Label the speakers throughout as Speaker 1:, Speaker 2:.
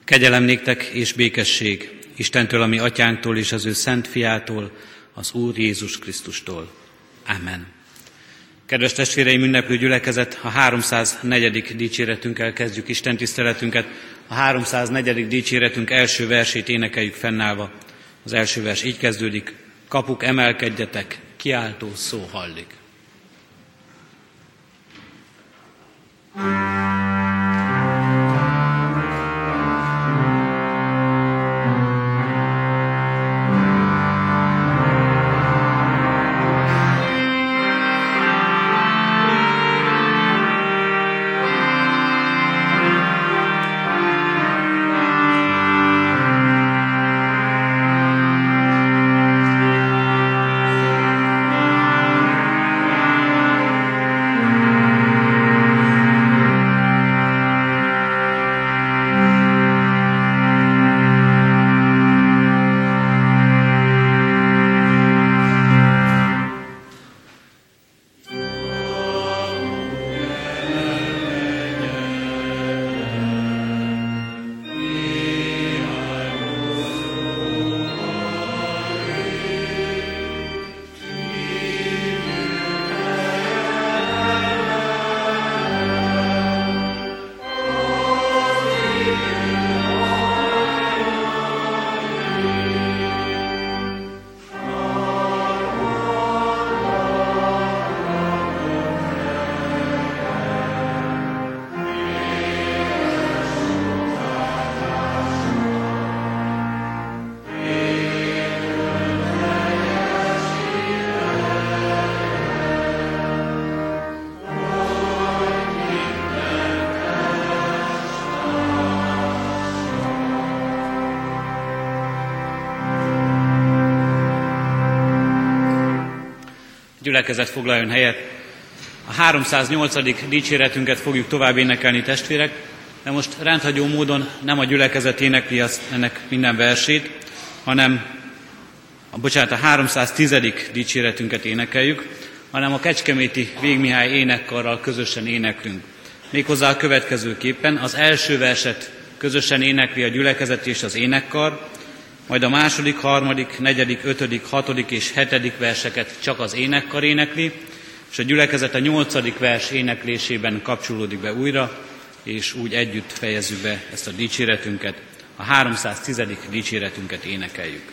Speaker 1: Kegyelem néktek és békesség Istentől, a mi atyánktól és az ő szent fiától, az Úr Jézus Krisztustól. Amen. Kedves testvéreim, ünneplő gyülekezet, a 304. dicséretünkkel kezdjük Isten tiszteletünket. A 304. dicséretünk első versét énekeljük fennállva. Az első vers így kezdődik: kapuk, emelkedjetek, kiáltó szó hallik. Gyülekezet, foglaljon helyet. A 308. dicséretünket fogjuk tovább énekelni, testvérek, de most rendhagyó módon nem a gyülekezet énekli ennek minden versét, hanem a 310. dicséretünket énekeljük, hanem a kecskeméti Végmihály énekkarral közösen éneklünk. Méghozzá a következőképpen: az első verset közösen énekli a gyülekezet és az énekkar, majd a második, harmadik, negyedik, ötödik, hatodik és hetedik verseket csak az énekkar énekli, és a gyülekezet a 8. vers éneklésében kapcsolódik be újra, és úgy együtt fejezzük be ezt a dicséretünket, a 310. dicséretünket énekeljük.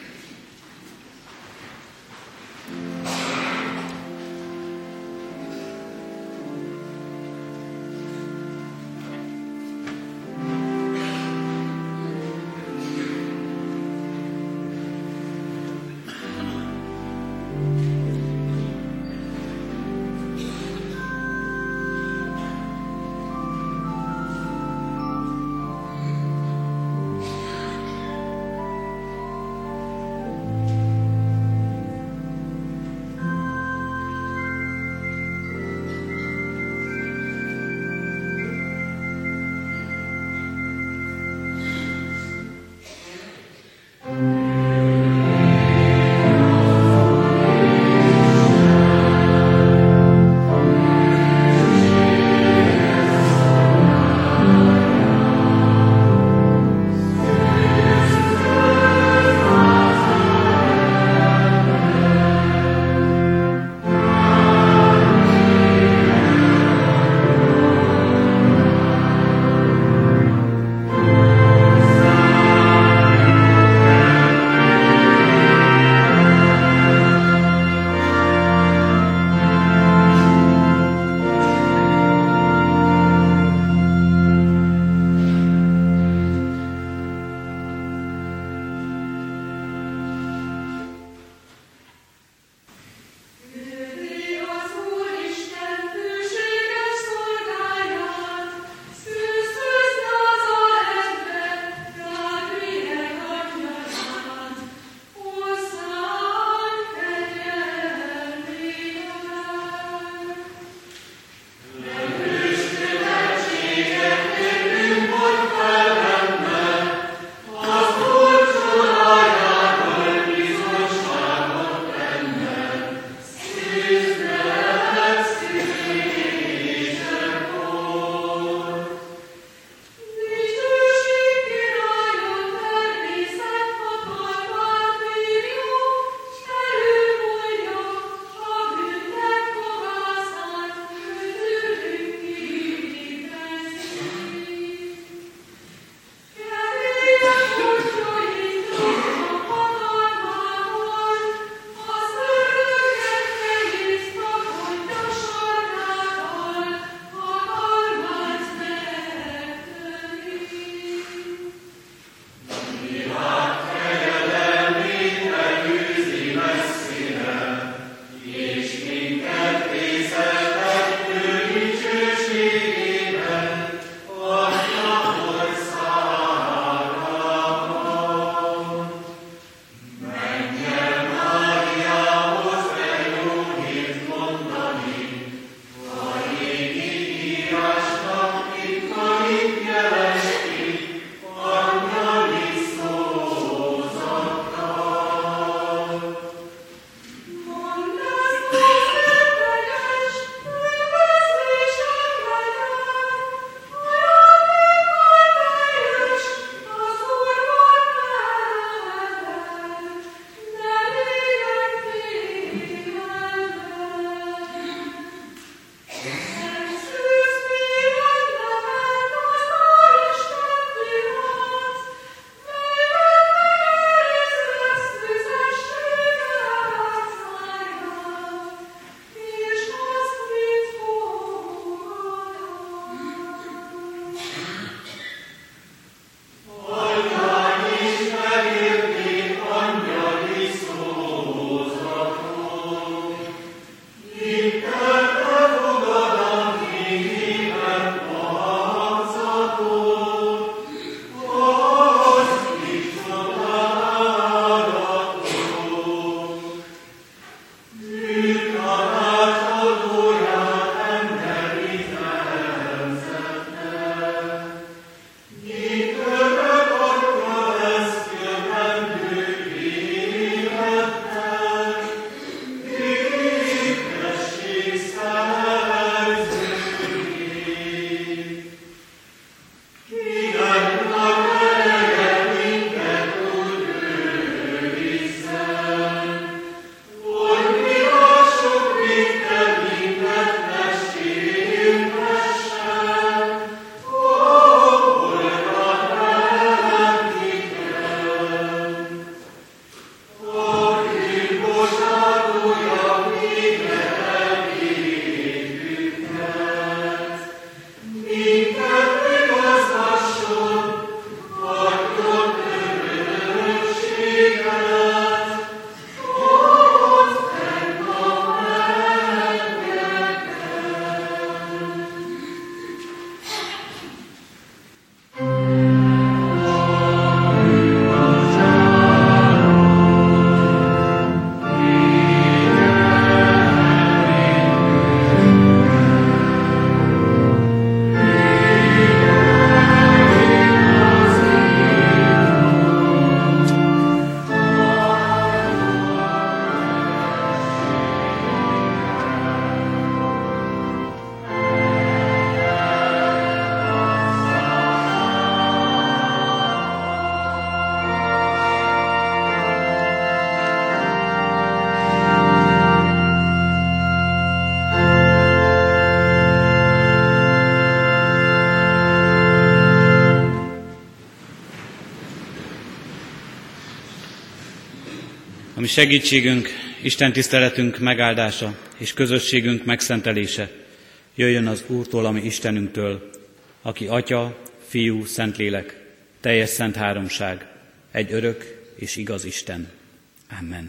Speaker 1: ami segítségünk, Isten tiszteletünk megáldása és közösségünk megszentelése jöjjön az Úrtól, ami Istenünktől, aki Atya, Fiú, Szentlélek, teljes szent háromság, egy örök és igaz Isten. Amen.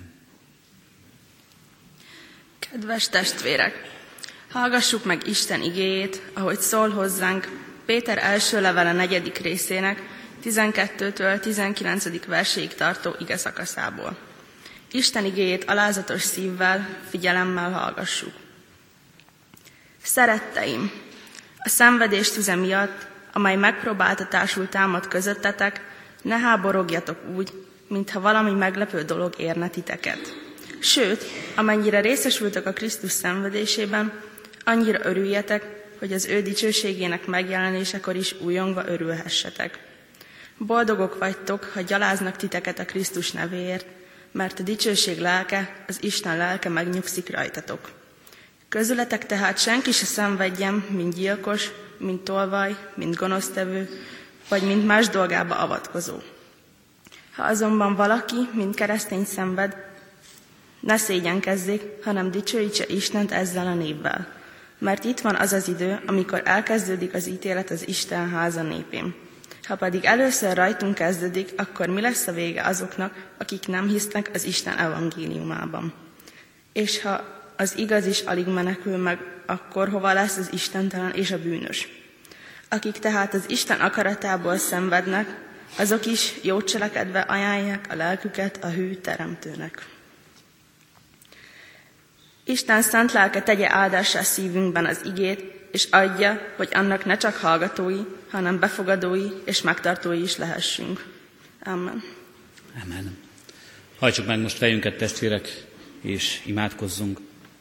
Speaker 2: Kedves testvérek! Hallgassuk meg Isten igéjét, ahogy szól hozzánk Péter első levele 4. részének 12-től 19. verséig tartó igeszakaszából. Isten igéjét alázatos szívvel, figyelemmel hallgassuk. Szeretteim! A szenvedés tüze miatt, amely megpróbáltatásul támad közöttetek, ne háborogjatok úgy, mintha valami meglepő dolog érne titeket. Sőt, amennyire részesültek a Krisztus szenvedésében, annyira örüljetek, hogy az ő dicsőségének megjelenésekor is újongva örülhessetek. Boldogok vagytok, ha gyaláznak titeket a Krisztus nevéért, mert a dicsőség lelke, az Isten lelke megnyugszik rajtatok. Közületek tehát senki se szenvedjen, mint gyilkos, mint tolvaj, mint gonosztevő, vagy mint más dolgába avatkozó. Ha azonban valaki, mint keresztény szenved, ne szégyenkezzék, hanem dicsőítse Istent ezzel a névvel. Mert itt van az az idő, amikor elkezdődik az ítélet az Isten háza népén. Ha pedig először rajtunk kezdődik, akkor mi lesz a vége azoknak, akik nem hisznek az Isten evangéliumában? És ha az igaz is alig menekül meg, akkor hova lesz az istentelen és a bűnös? Akik tehát az Isten akaratából szenvednek, azok is jót cselekedve ajánlják a lelküket a hű teremtőnek. Isten szent lelke tegye áldássá szívünkben az igét, és adja, hogy annak ne csak hallgatói, hanem befogadói és megtartói is lehessünk. Amen.
Speaker 1: Amen. Hajtsuk meg most fejünket, testvérek, és imádkozzunk.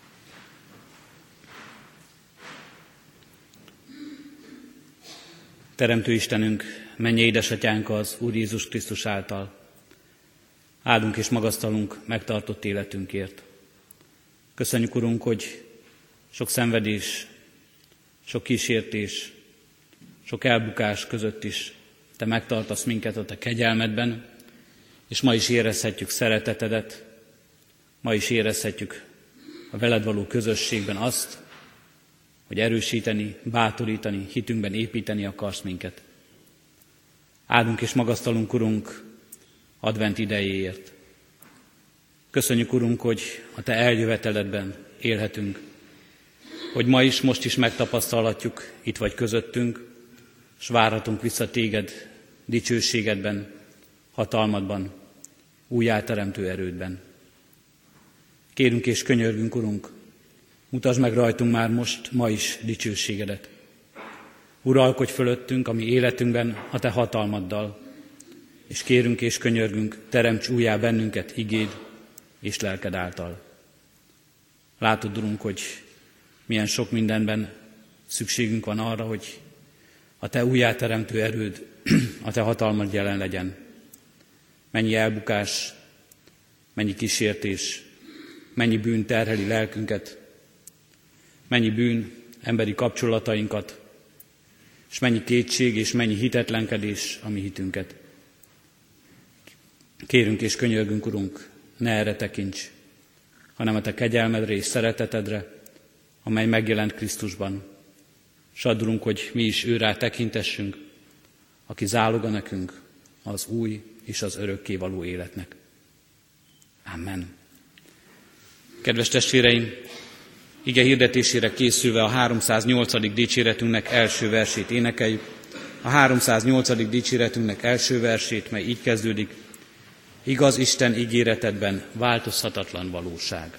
Speaker 1: Teremtő Istenünk, mennyei édesatyánk az Úr Jézus Krisztus által. Áldunk és magasztalunk megtartott életünkért. Köszönjük, Urunk, hogy sok szenvedés, sok kísértés, sok elbukás között is Te megtartasz minket a Te kegyelmedben, és ma is érezhetjük szeretetedet, ma is érezhetjük a veled való közösségben azt, hogy erősíteni, bátorítani, hitünkben építeni akarsz minket. Áldunk és magasztalunk, Urunk, advent idejéért. Köszönjük, Urunk, hogy a Te eljöveteledben élhetünk, hogy ma is, most is megtapasztalhatjuk, itt vagy közöttünk, s várhatunk vissza Téged dicsőségedben, hatalmadban, újjáteremtő erődben. Kérünk és könyörgünk, Urunk, mutasd meg rajtunk már most, ma is dicsőségedet. Uralkodj fölöttünk, a mi életünkben a Te hatalmaddal, és kérünk és könyörgünk, teremts újjá bennünket igéd és lelked által. Látod, Urunk, hogy milyen sok mindenben szükségünk van arra, hogy a Te újjáteremtő erőd, a Te hatalmad jelen legyen. Mennyi elbukás, mennyi kísértés, mennyi bűn terheli lelkünket, mennyi bűn emberi kapcsolatainkat, és mennyi kétség és mennyi hitetlenkedés a mi hitünket. Kérünk és könyörgünk, Urunk, ne erre tekints, hanem a Te kegyelmedre és szeretetedre, amely megjelent Krisztusban. S add, Urunk, hogy mi is őrá tekintessünk, aki záloga nekünk az új és az örökkévaló életnek. Amen. Kedves testvéreim, ige hirdetésére készülve a 308. dicséretünknek első versét énekeljük. A 308. dicséretünknek első versét, mely így kezdődik: Igaz Isten ígéretedben változhatatlan valóság.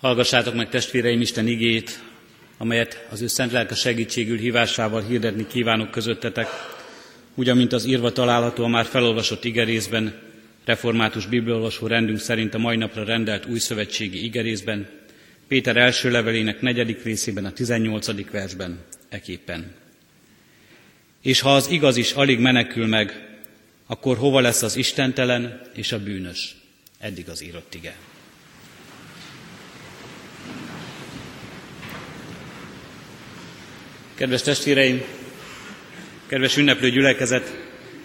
Speaker 1: Hallgassátok meg, testvéreim, Isten igéjét, amelyet az ő szent lelke segítségül hívásával hirdetni kívánok közöttetek, úgy, amint az írva található a már felolvasott igerészben, református bibliaolvasó rendünk szerint a mai napra rendelt újszövetségi igerészben, Péter első levelének 4. részében, a 18. versben, eképpen. És ha az igaz is alig menekül meg, akkor hova lesz az istentelen és a bűnös? Eddig az írott ige. Kedves testvéreim, kedves ünneplő gyülekezet,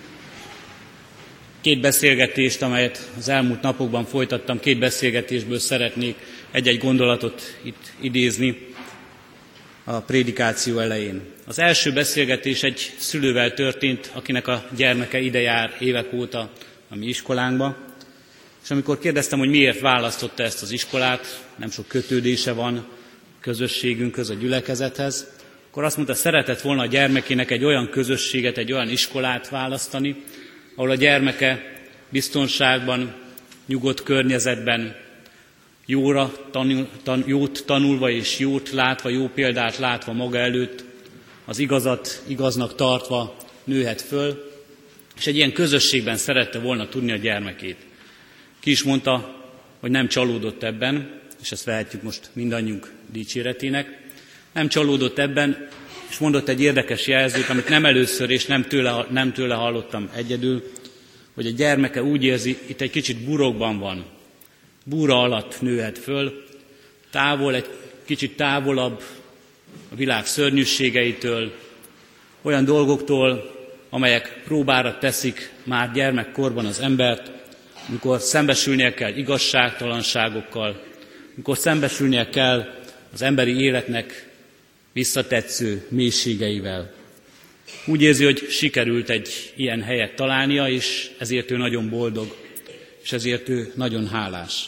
Speaker 1: 2 beszélgetést, amelyet az elmúlt napokban folytattam, 2 beszélgetésből szeretnék egy-egy gondolatot itt idézni a prédikáció elején. Az első beszélgetés egy szülővel történt, akinek a gyermeke ide jár évek óta a mi iskolánkba, és amikor kérdeztem, hogy miért választotta ezt az iskolát, nem sok kötődése van a közösségünkhöz, a gyülekezethez, akkor azt mondta, szeretett volna a gyermekének egy olyan közösséget, egy olyan iskolát választani, ahol a gyermeke biztonságban, nyugodt környezetben, jót tanulva és jót látva, jó példát látva maga előtt, az igazat igaznak tartva nőhet föl, és egy ilyen közösségben szerette volna tudni a gyermekét. Ki is mondta, hogy nem csalódott ebben, és ezt vehetjük most mindannyiunk dicséretének, nem csalódott ebben, és mondott egy érdekes jelzőt, amit nem először és nem tőle hallottam egyedül, hogy a gyermeke úgy érzi, itt egy kicsit burokban van. Búra alatt nőhet föl, egy kicsit távolabb a világ szörnyűségeitől, olyan dolgoktól, amelyek próbára teszik már gyermekkorban az embert, amikor szembesülnie kell igazságtalanságokkal, amikor szembesülnie kell az emberi életnek visszatetsző mélységeivel. Úgy érzi, hogy sikerült egy ilyen helyet találnia, és ezért ő nagyon boldog, és ezért ő nagyon hálás.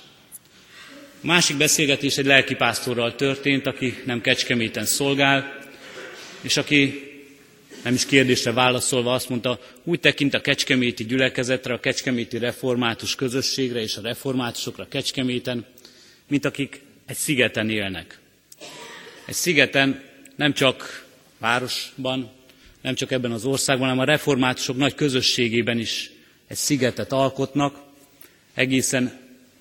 Speaker 1: A másik beszélgetés egy lelkipásztorral történt, aki nem Kecskeméten szolgál, és aki nem is kérdésre válaszolva azt mondta, úgy tekint a kecskeméti gyülekezetre, a kecskeméti református közösségre és a reformátusokra Kecskeméten, mint akik egy szigeten élnek. Egy szigeten, nem csak városban, nem csak ebben az országban, hanem a reformátusok nagy közösségében is egy szigetet alkotnak, egészen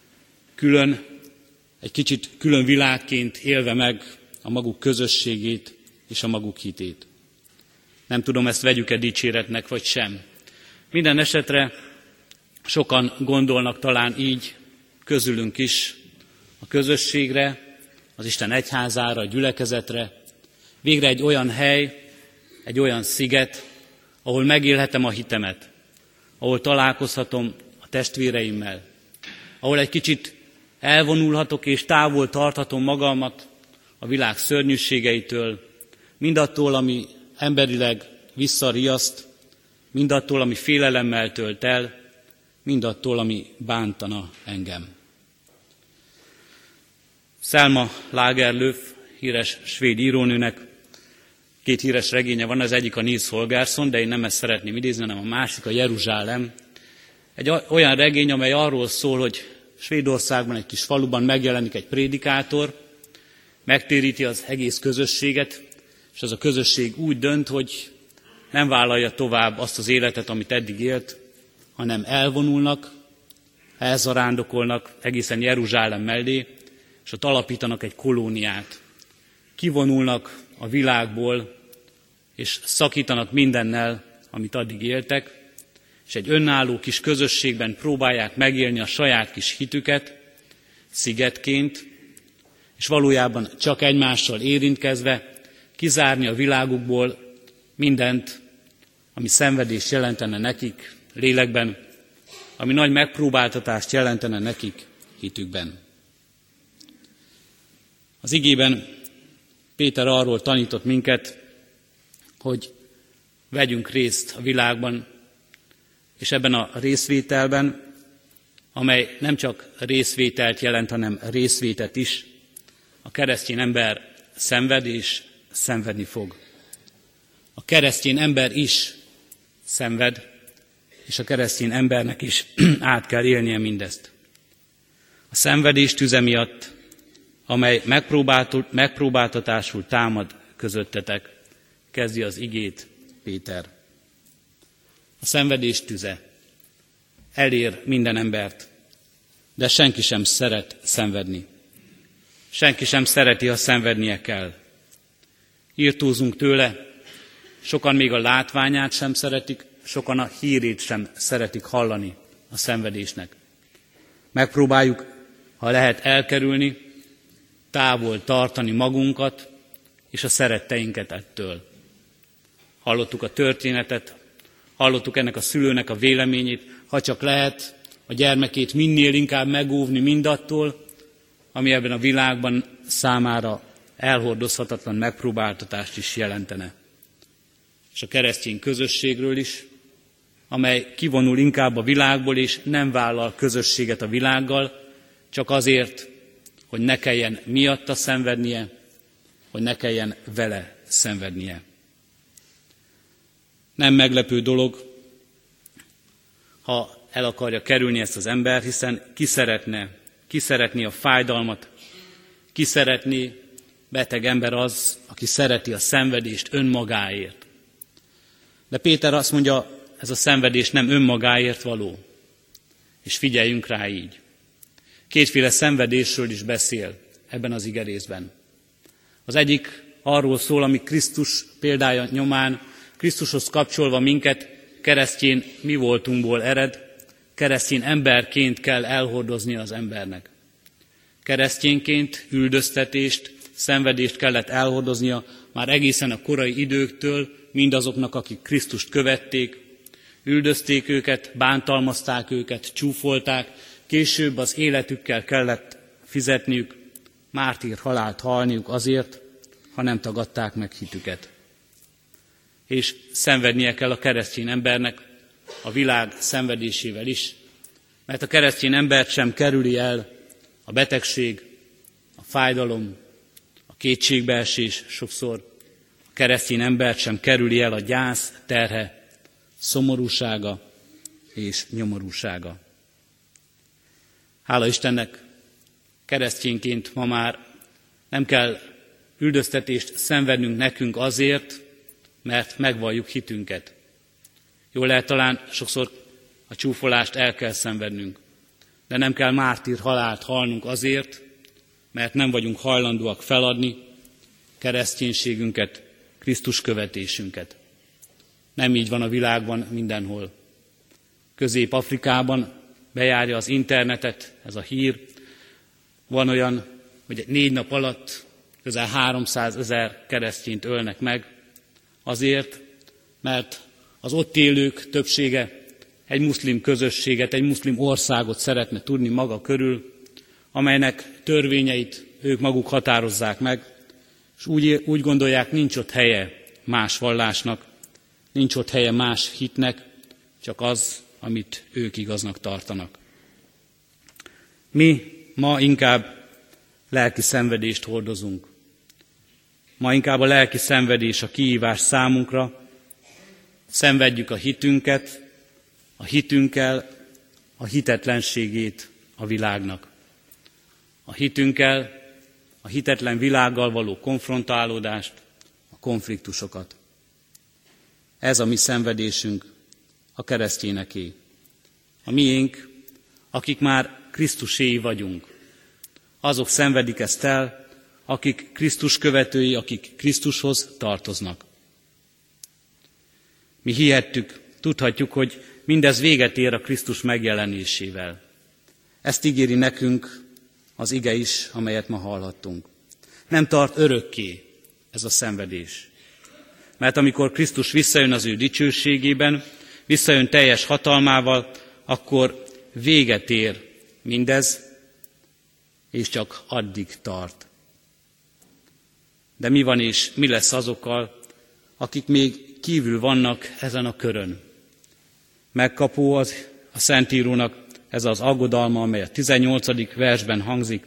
Speaker 1: külön, egy kicsit külön világként élve meg a maguk közösségét és a maguk hitét. Nem tudom, ezt vegyük-e dicséretnek, vagy sem. Minden esetre sokan gondolnak talán így, közülünk is, a közösségre, az Isten egyházára, a gyülekezetre, végre egy olyan hely, egy olyan sziget, ahol megélhetem a hitemet, ahol találkozhatom a testvéreimmel, ahol egy kicsit elvonulhatok és távol tarthatom magamat a világ szörnyűségeitől, mindattól, ami emberileg visszariaszt, mindattól, ami félelemmel tölt el, mindattól, ami bántana engem. Selma Lagerlöf, híres svéd írónőnek 2 híres regénye van, az egyik a Nils Holgersson, de én nem ezt szeretném idézni, hanem a másik a Jeruzsálem. Egy olyan regény, amely arról szól, hogy Svédországban egy kis faluban megjelenik egy prédikátor, megtéríti az egész közösséget, és az a közösség úgy dönt, hogy nem vállalja tovább azt az életet, amit eddig élt, hanem elvonulnak, elzarándokolnak egészen Jeruzsálem mellé, és ott alapítanak egy kolóniát. Kivonulnak a világból, és szakítanak mindennel, amit addig éltek, és egy önálló kis közösségben próbálják megélni a saját kis hitüket, szigetként, és valójában csak egymással érintkezve kizárni a világukból mindent, ami szenvedést jelentene nekik lélekben, ami nagy megpróbáltatást jelentene nekik hitükben. Az igében Péter arról tanított minket, hogy vegyünk részt a világban, és ebben a részvételben, amely nem csak részvételt jelent, hanem részvétet is, a keresztény ember szenved és szenvedni fog. A keresztény ember is szenved, és a keresztény embernek is át kell élnie mindezt. A szenvedés tüze miatt amely megpróbáltatásul támad közöttetek, kezdi az igét Péter. A szenvedés tüze elér minden embert, de senki sem szeret szenvedni. Senki sem szereti, ha szenvednie kell. Irtózunk tőle, sokan még a látványát sem szeretik, sokan a hírét sem szeretik hallani a szenvedésnek. Megpróbáljuk, ha lehet, elkerülni, távol tartani magunkat és a szeretteinket ettől. Hallottuk a történetet, hallottuk ennek a szülőnek a véleményét, ha csak lehet a gyermekét minél inkább megóvni mindattól, ami ebben a világban számára elhordozhatatlan megpróbáltatást is jelentene. És a keresztény közösségről is, amely kivonul inkább a világból, és nem vállal közösséget a világgal, csak azért, hogy ne kelljen miatta szenvednie, hogy ne kelljen vele szenvednie. Nem meglepő dolog, ha el akarja kerülni ezt az ember, hiszen ki szeretné a fájdalmat, ki szeretné, beteg ember az, aki szereti a szenvedést önmagáért. De Péter azt mondja, ez a szenvedés nem önmagáért való. És figyeljünk rá így. Kétféle szenvedésről is beszél ebben az igerészben. Az egyik arról szól, ami Krisztus példája nyomán, Krisztushoz kapcsolva minket keresztény mi voltunkból ered, keresztény emberként kell elhordozni az embernek. Keresztényként üldöztetést, szenvedést kellett elhordoznia már egészen a korai időktől mindazoknak, akik Krisztust követték, üldözték őket, bántalmazták őket, csúfolták, később az életükkel kellett fizetniük, mártír halált halniuk azért, ha nem tagadták meg hitüket. És szenvednie kell a keresztény embernek a világ szenvedésével is, mert a keresztény embert sem kerüli el a betegség, a fájdalom, a kétségbeesés sokszor, a keresztény embert sem kerüli el a gyász terhe, szomorúsága és nyomorúsága. Hála Istennek, keresztényként ma már nem kell üldöztetést szenvednünk nekünk azért, mert megvalljuk hitünket. Jól lehet, talán sokszor a csúfolást el kell szenvednünk, de nem kell mártír halált halnunk azért, mert nem vagyunk hajlandóak feladni kereszténységünket, Krisztus követésünket. Nem így van a világban mindenhol. Közép-Afrikában bejárja az internetet ez a hír. Van olyan, hogy 4 nap alatt közel 300 000 keresztényt ölnek meg, azért, mert az ott élők többsége egy muszlim közösséget, egy muszlim országot szeretne tudni maga körül, amelynek törvényeit ők maguk határozzák meg, és úgy gondolják, nincs ott helye más vallásnak, nincs ott helye más hitnek, csak az, amit ők igaznak tartanak. Mi ma inkább lelki szenvedést hordozunk. Ma inkább a lelki szenvedés a kihívás számunkra. Szenvedjük a hitünket, a hitünkkel a hitetlenségét a világnak. A hitünkkel, a hitetlen világgal való konfrontálódást, a konfliktusokat. Ez a mi szenvedésünk, a keresztényeké. A miénk, akik már Krisztuséi vagyunk. Azok szenvedik ezt el, akik Krisztus követői, akik Krisztushoz tartoznak. Mi hihettük, tudhatjuk, hogy mindez véget ér a Krisztus megjelenésével. Ezt ígéri nekünk az ige is, amelyet ma hallhattunk. Nem tart örökké ez a szenvedés. Mert amikor Krisztus visszajön az ő dicsőségében, visszajön teljes hatalmával, akkor véget ér mindez, és csak addig tart. De mi van és mi lesz azokkal, akik még kívül vannak ezen a körön? Megkapó a Szentírónak ez az aggodalma, amely a 18. versben hangzik.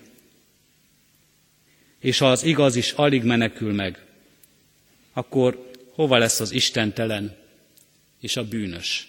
Speaker 1: És ha az igaz is alig menekül meg, akkor hova lesz az istentelen és a bűnös?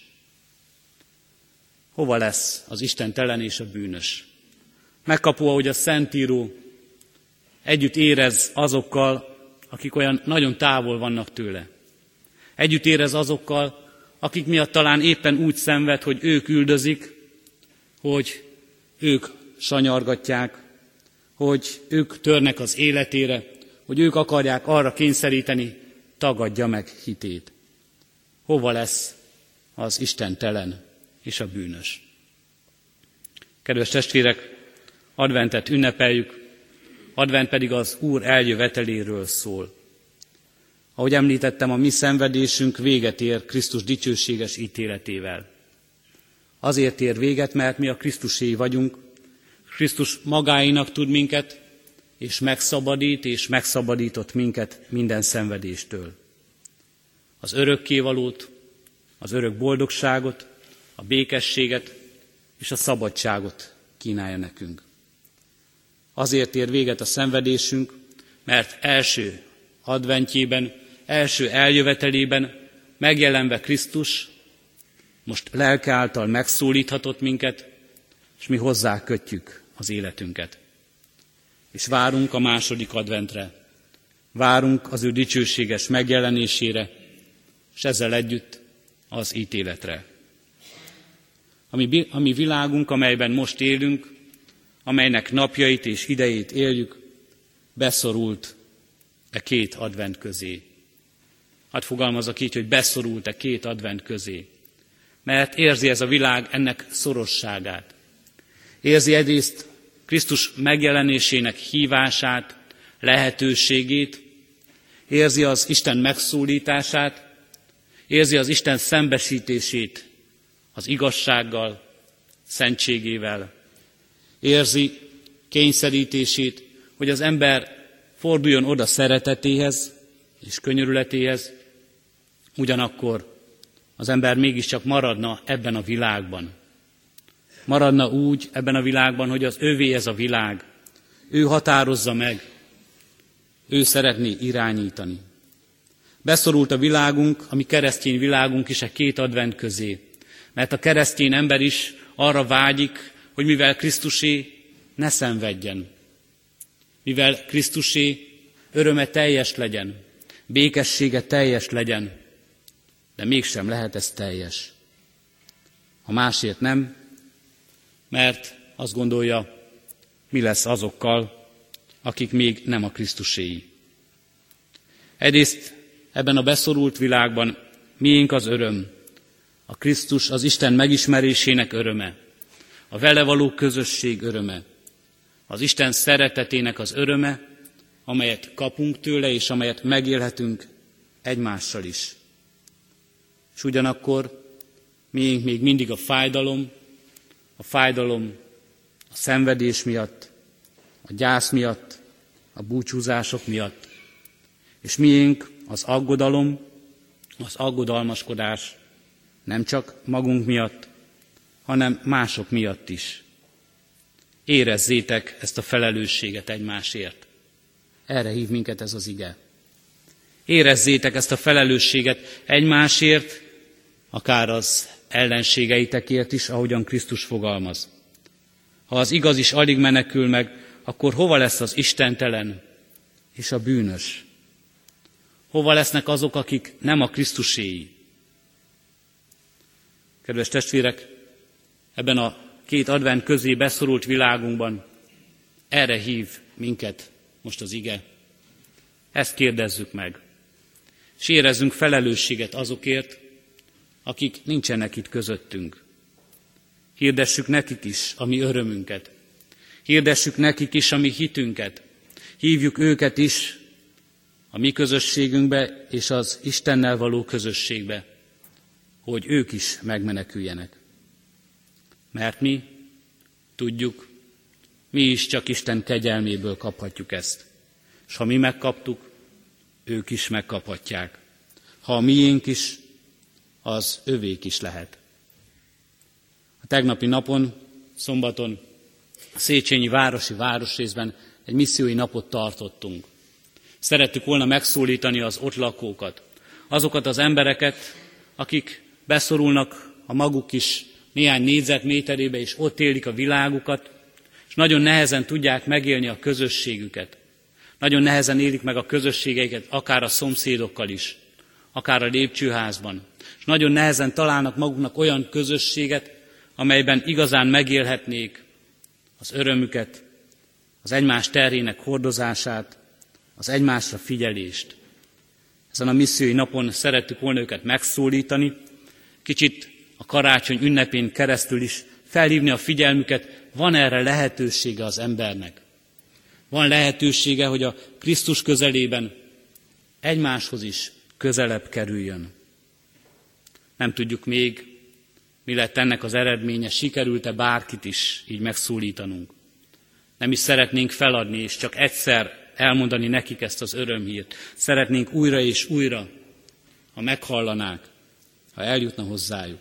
Speaker 1: Hova lesz az istentelen és a bűnös? Megkapó, ahogy a Szentíró együtt érez azokkal, akik olyan nagyon távol vannak tőle. Együtt érez azokkal, akik miatt talán éppen úgy szenved, hogy ők üldözik, hogy ők sanyargatják, hogy ők törnek az életére, hogy ők akarják arra kényszeríteni, tagadja meg hitét. Hova lesz az istentelen és a bűnös? Kedves testvérek, adventet ünnepeljük, advent pedig az Úr eljöveteléről szól. Ahogy említettem, a mi szenvedésünk véget ér Krisztus dicsőséges ítéletével. Azért ér véget, mert mi a Krisztuséi vagyunk, Krisztus magáinak tud minket, és megszabadít, és megszabadított minket minden szenvedéstől. Az örökkévalót, az örök boldogságot, a békességet és a szabadságot kínálja nekünk. Azért ér véget a szenvedésünk, mert első adventjében, első eljövetelében megjelenve Krisztus, most lelke által megszólíthatott minket, és mi hozzá kötjük az életünket. És várunk a második adventre, várunk az ő dicsőséges megjelenésére, és ezzel együtt az ítéletre. A mi világunk, amelyben most élünk, amelynek napjait és idejét éljük, beszorult e két advent közé. Hadd fogalmazok így, hogy beszorult e két advent közé. Mert érzi ez a világ ennek szorosságát. Érzi egyrészt Krisztus megjelenésének hívását, lehetőségét, érzi az Isten megszólítását, érzi az Isten szembesítését az igazsággal, szentségével, érzi kényszerítését, hogy az ember forduljon oda szeretetéhez és könyörületéhez, ugyanakkor az ember mégiscsak maradna ebben a világban. Maradna úgy ebben a világban, hogy az övé ez a világ. Ő határozza meg, ő szeretné irányítani. Beszorult a világunk, a mi keresztény világunk is a két advent közé, mert a keresztény ember is arra vágyik, hogy mivel Krisztusé ne szenvedjen, mivel Krisztusé öröme teljes legyen, békessége teljes legyen, de mégsem lehet ez teljes. Ha másért nem, mert azt gondolja, mi lesz azokkal, akik még nem a Krisztuséi. Egyrészt ebben a beszorult világban miénk az öröm, a Krisztus, az Isten megismerésének öröme, a vele való közösség öröme, az Isten szeretetének az öröme, amelyet kapunk tőle, és amelyet megélhetünk egymással is. És ugyanakkor miénk még mindig a fájdalom, a szenvedés miatt, a gyász miatt, a búcsúzások miatt, és miénk az aggodalom, az aggodalmaskodás nem csak magunk miatt, hanem mások miatt is. Érezzétek ezt a felelősséget egymásért. Erre hív minket ez az ige. Érezzétek ezt a felelősséget egymásért, akár az ellenségeitekért is, ahogyan Krisztus fogalmaz. Ha az igaz is alig menekül meg, akkor hova lesz az istentelen és a bűnös? Hova lesznek azok, akik nem a Krisztuséi? Kedves testvérek, ebben a két advent közé beszorult világunkban erre hív minket most az ige. Ezt kérdezzük meg. És érezzünk felelősséget azokért, akik nincsenek itt közöttünk. Hirdessük nekik is a mi örömünket. Hirdessük nekik is a mi hitünket. Hívjuk őket is a mi közösségünkbe és az Istennel való közösségbe, hogy ők is megmeneküljenek. Mert mi tudjuk, mi is csak Isten kegyelméből kaphatjuk ezt. És ha mi megkaptuk, ők is megkaphatják. Ha a miénk is, az övék is lehet. A tegnapi napon, szombaton a Széchenyi városi városrészben egy missziói napot tartottunk. Szerettük volna megszólítani az ott lakókat, azokat az embereket, akik beszorulnak a maguk is néhány négyzetméterébe, és ott élik a világukat, és nagyon nehezen tudják megélni a közösségüket. Nagyon nehezen élik meg a közösségeiket, akár a szomszédokkal is, akár a lépcsőházban. És nagyon nehezen találnak maguknak olyan közösséget, amelyben igazán megélhetnék az örömüket, az egymás terhének hordozását, az egymásra figyelést. Ezen a missziói napon szerettük volna őket megszólítani, kicsit a karácsony ünnepén keresztül is felhívni a figyelmüket, van erre lehetősége az embernek. Van lehetősége, hogy a Krisztus közelében egymáshoz is közelebb kerüljön. Nem tudjuk még, mi lett ennek az eredménye, sikerült-e bárkit is így megszólítanunk. Nem is szeretnénk feladni, és csak egyszer elmondani nekik ezt az örömhírt. Szeretnénk újra és újra, ha meghallanák, ha eljutna hozzájuk.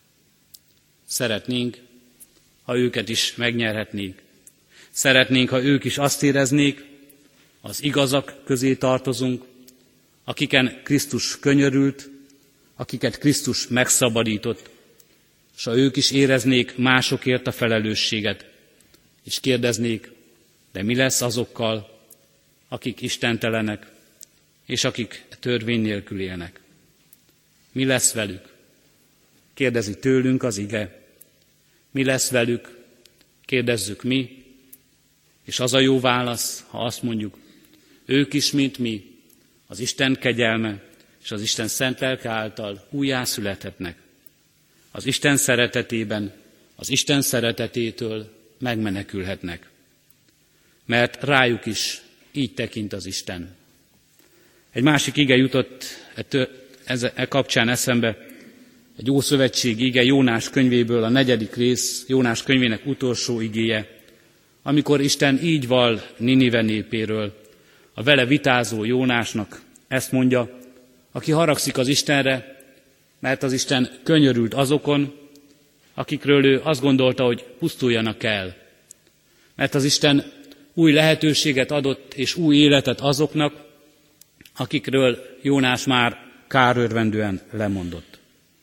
Speaker 1: Szeretnénk, ha őket is megnyerhetnék. Szeretnénk, ha ők is azt éreznék, az igazak közé tartozunk, akiken Krisztus könyörült, akiket Krisztus megszabadított, és ha ők is éreznék másokért a felelősséget, és kérdeznék, de mi lesz azokkal, akik istentelenek, és akik törvény nélkül élnek? Mi lesz velük? Kérdezi tőlünk az ige. Mi lesz velük? Kérdezzük mi. És az a jó válasz, ha azt mondjuk, ők is, mint mi, az Isten kegyelme és az Isten szent lelke által újjászülethetnek. Az Isten szeretetében, az Isten szeretetétől megmenekülhetnek. Mert rájuk is így tekint az Isten. Egy másik ige jutott e kapcsán eszembe, egy ószövetségi ige Jónás könyvéből, a 4. rész, Jónás könyvének utolsó igéje, amikor Isten így val Ninive népéről, a vele vitázó Jónásnak ezt mondja, aki haragszik az Istenre, mert az Isten könyörült azokon, akikről ő azt gondolta, hogy pusztuljanak el. Mert az Isten új lehetőséget adott és új életet azoknak, akikről Jónás már kárörvendően lemondott.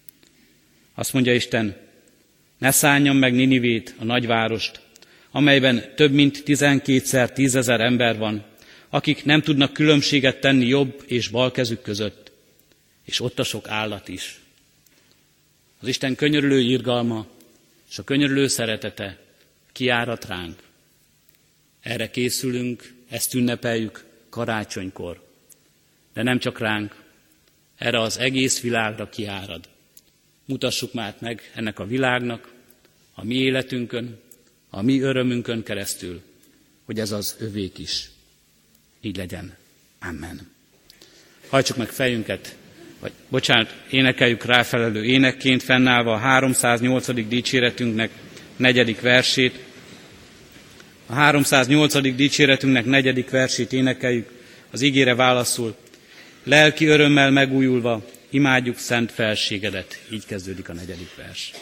Speaker 1: Azt mondja Isten, ne szánjam meg Ninivét, a nagyvárost, amelyben több mint 12-szer 10 000 ember van, akik nem tudnak különbséget tenni jobb és bal kezük között, és ott a sok állat is. Az Isten könyörülő irgalma és a könyörülő szeretete kiárat ránk. Erre készülünk, ezt ünnepeljük karácsonykor. De nem csak ránk, erre az egész világra kiárad. Mutassuk már meg ennek a világnak, a mi életünkön, a mi örömünkön keresztül, hogy ez az övék is. Így legyen. Amen. Hajtsuk meg fejünket, énekeljük ráfelelő énekként fennállva a 308. dicséretünknek 4. versét. A 308. dicséretünknek 4. versét énekeljük, az ígére válaszul. Lelki örömmel megújulva, imádjuk szent felségedet. Így kezdődik a 4. vers.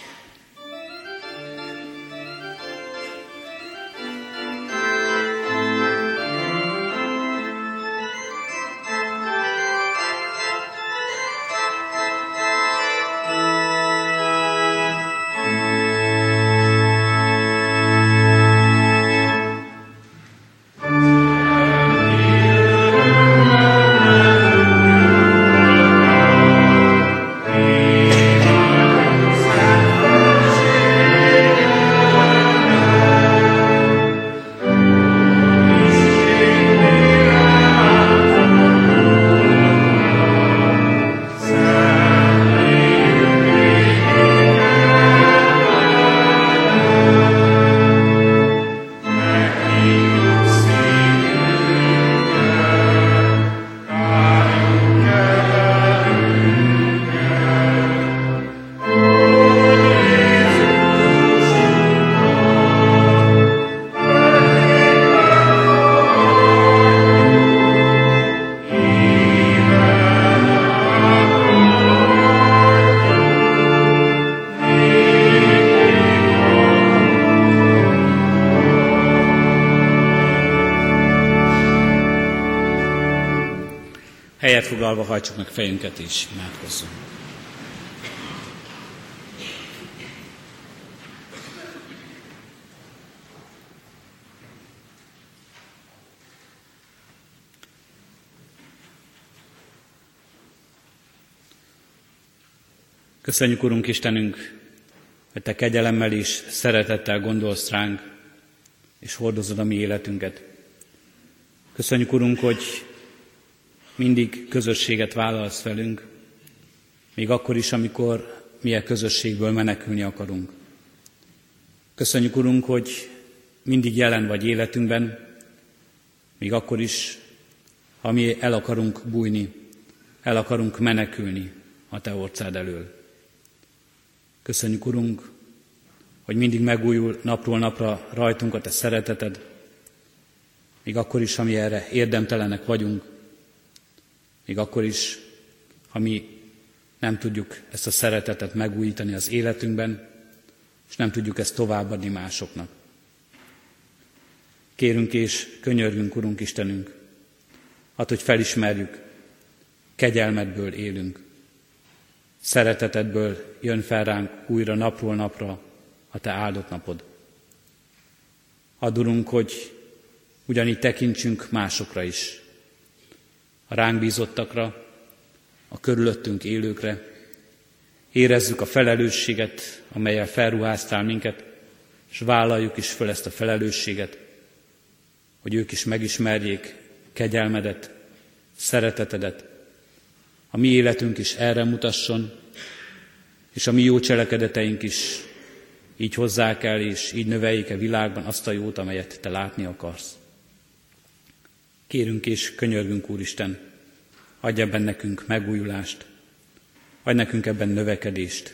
Speaker 1: Helyet foglalva hajtsuk meg fejünket és imádkozzunk. Köszönjük, Urunk Istenünk, hogy Te kegyelemmel és szeretettel gondolsz ránk, és hordozod a mi életünket. Köszönjük, Urunk, hogy mindig közösséget vállalsz velünk, még akkor is, amikor mi a közösségből menekülni akarunk. Köszönjük, Urunk, hogy mindig jelen vagy életünkben, még akkor is, ha mi el akarunk bújni, el akarunk menekülni a Te orcád elől. Köszönjük, Urunk, hogy mindig megújul napról napra rajtunk a Te szereteted, még akkor is, ha mi erre érdemtelenek vagyunk, még akkor is, ha mi nem tudjuk ezt a szeretetet megújítani az életünkben, és nem tudjuk ezt továbbadni másoknak. Kérünk és könyörgünk, Urunk Istenünk, hogy felismerjük, kegyelmedből élünk, szeretetedből jön fel ránk újra napról napra a Te áldott napod. Add, Urunk, hogy ugyanígy tekintsünk másokra is, a ránk bízottakra, a körülöttünk élőkre, érezzük a felelősséget, amellyel felruháztál minket, és vállaljuk is föl ezt a felelősséget, hogy ők is megismerjék kegyelmedet, szeretetedet, a mi életünk is erre mutasson, és a mi jó cselekedeteink is így hozzák el, és így növeljék a világban azt a jót, amelyet Te látni akarsz. Kérünk és könyörgünk, Úristen, adj ebben nekünk megújulást, adj nekünk ebben növekedést.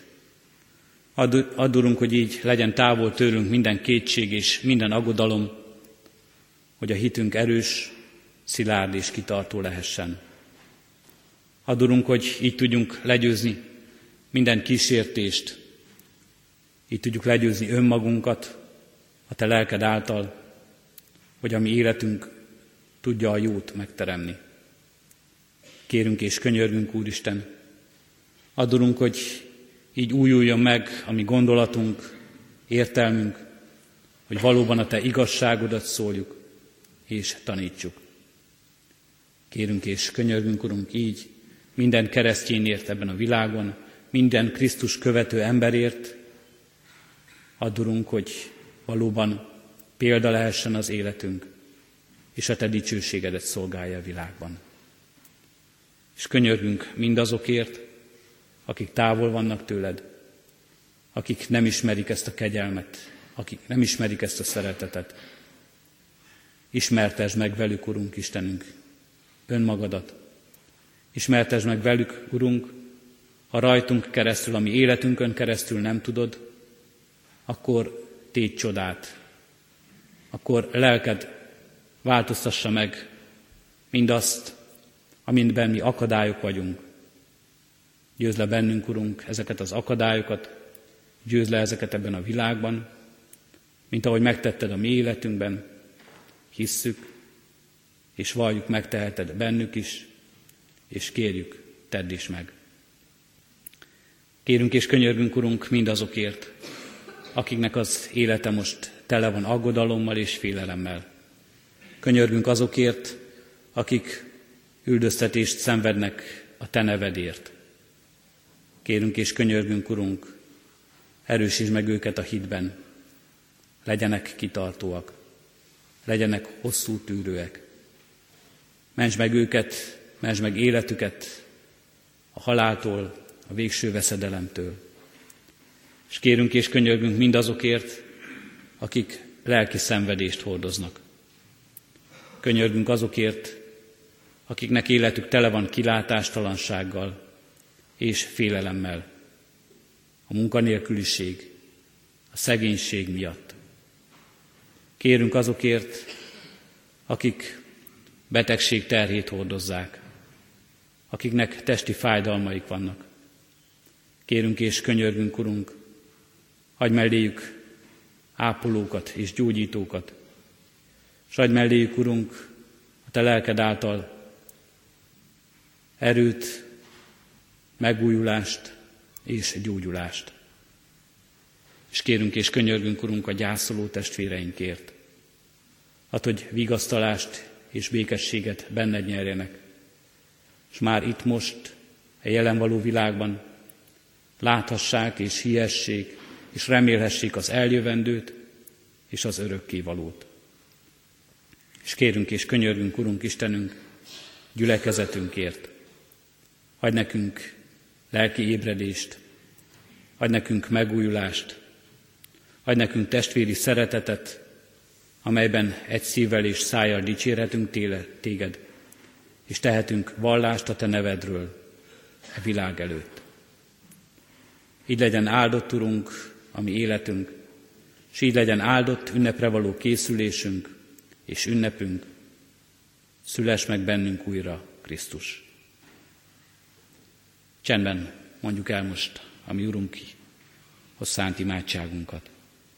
Speaker 1: Add, Urunk, hogy így legyen távol tőlünk minden kétség és minden aggodalom, hogy a hitünk erős, szilárd és kitartó lehessen. Add, Urunk, hogy így tudjunk legyőzni minden kísértést, így tudjuk legyőzni önmagunkat a Te lelked által, hogy a mi életünk tudja a jót megteremni. Kérünk és könyörgünk, Úristen, add, Urunk, hogy így újuljon meg a mi gondolatunk, értelmünk, hogy valóban a Te igazságodat szóljuk és tanítsuk. Kérünk és könyörgünk, Urunk, így minden keresztényért ebben a világon, minden Krisztus követő emberért, add, Urunk, hogy valóban példa lehessen az életünk, és a Te dicsőségedet szolgálja a világban. És könyörgünk mindazokért, akik távol vannak tőled, akik nem ismerik ezt a kegyelmet, akik nem ismerik ezt a szeretetet. Ismertesd meg velük, Urunk Istenünk, önmagadat. Ismertesd meg velük, Urunk, ha rajtunk keresztül, a mi életünkön keresztül nem tudod, akkor tégy csodát, akkor lelked változtassa meg mindazt, aminben mi akadályok vagyunk. Győzd le bennünk, Urunk, ezeket az akadályokat, győzd le ezeket ebben a világban, mint ahogy megtetted a mi életünkben, hisszük, és valljuk, megteheted bennük is, és kérjük, tedd is meg. Kérünk és könyörgünk, Urunk, mindazokért, akiknek az élete most tele van aggodalommal és félelemmel. Könyörgünk azokért, akik üldöztetést szenvednek a Te nevedért. Kérünk és könyörgünk, Urunk, erősítsd meg őket a hitben, legyenek kitartóak, legyenek hosszú tűrőek. Mentsd meg őket, mentsd meg életüket a haláltól, a végső veszedelemtől. És kérünk és könyörgünk mindazokért, akik lelki szenvedést hordoznak. Könyörgünk azokért, akiknek életük tele van kilátástalansággal és félelemmel, a munkanélküliség, a szegénység miatt. Kérünk azokért, akik betegség terhét hordozzák, akiknek testi fájdalmaik vannak. Kérünk és könyörgünk, Urunk, adj melléjük ápolókat és gyógyítókat, és adj melléjük, Urunk, a Te lelked által erőt, megújulást és gyógyulást. És kérünk és könyörgünk, Urunk, a gyászoló testvéreinkért. Add, hogy vigasztalást és békességet benned nyerjenek. És már itt most, a jelen való világban láthassák és hihessék, és remélhessék az eljövendőt és az örökkévalót. És kérünk és könyörgünk, Urunk Istenünk, gyülekezetünkért. Adj nekünk lelki ébredést, adj nekünk megújulást, adj nekünk testvéri szeretetet, amelyben egy szívvel és szájjal dicsérhetünk téged, és tehetünk vallást a te nevedről a világ előtt. Így legyen áldott, Urunk, a mi életünk, és így legyen áldott ünnepre való készülésünk és ünnepünk. Szüless meg bennünk újra, Krisztus. Csendben mondjuk el most a mi Urunkhoz szánt imádságunkat.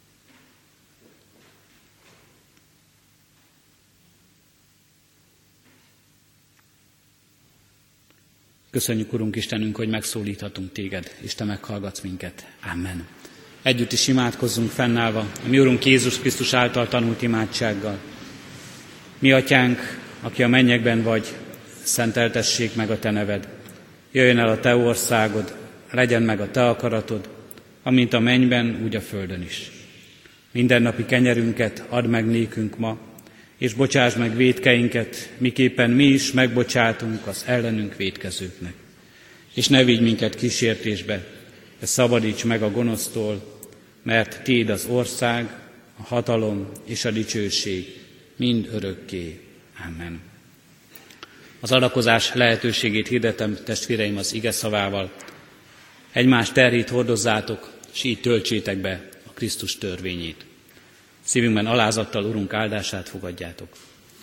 Speaker 1: Köszönjük, Urunk Istenünk, hogy megszólíthatunk téged, és te meghallgatsz minket. Amen. Együtt is imádkozzunk fennállva a mi Urunk Jézus Krisztus által tanult imádsággal. Mi atyánk, aki a mennyekben vagy, szenteltessék meg a te neved. Jöjjön el a te országod, legyen meg a te akaratod, amint a mennyben, úgy a földön is. Mindennapi kenyerünket add meg nékünk ma, és bocsásd meg vétkeinket, miképpen mi is megbocsátunk az ellenünk vétkezőknek. És ne vigy minket kísértésbe, de szabadíts meg a gonosztól, mert tiéd az ország, a hatalom és a dicsőség mind örökké. Amen. Az adakozás lehetőségét hirdetem, testvéreim, az ige szavával. Egymás terhét hordozzátok, és így töltsétek be a Krisztus törvényét. Szívünkben alázattal Urunk áldását fogadjátok.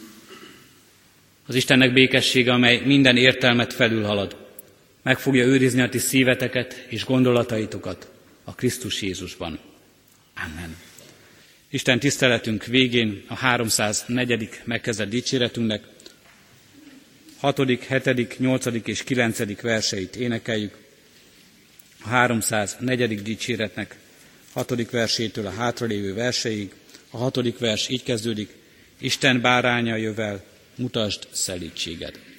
Speaker 1: Az Istennek békessége, amely minden értelmet felülhalad, meg fogja őrizni a ti szíveteket és gondolataitokat a Krisztus Jézusban. Amen. Isten tiszteletünk végén a 304. megkezdett dicséretünknek 6., 7., 8. és 9. verseit énekeljük. A 304. dicséretnek 6. versétől a hátralévő verseig. A 6. vers így kezdődik: Isten báránya jövel, mutasd szelídséged.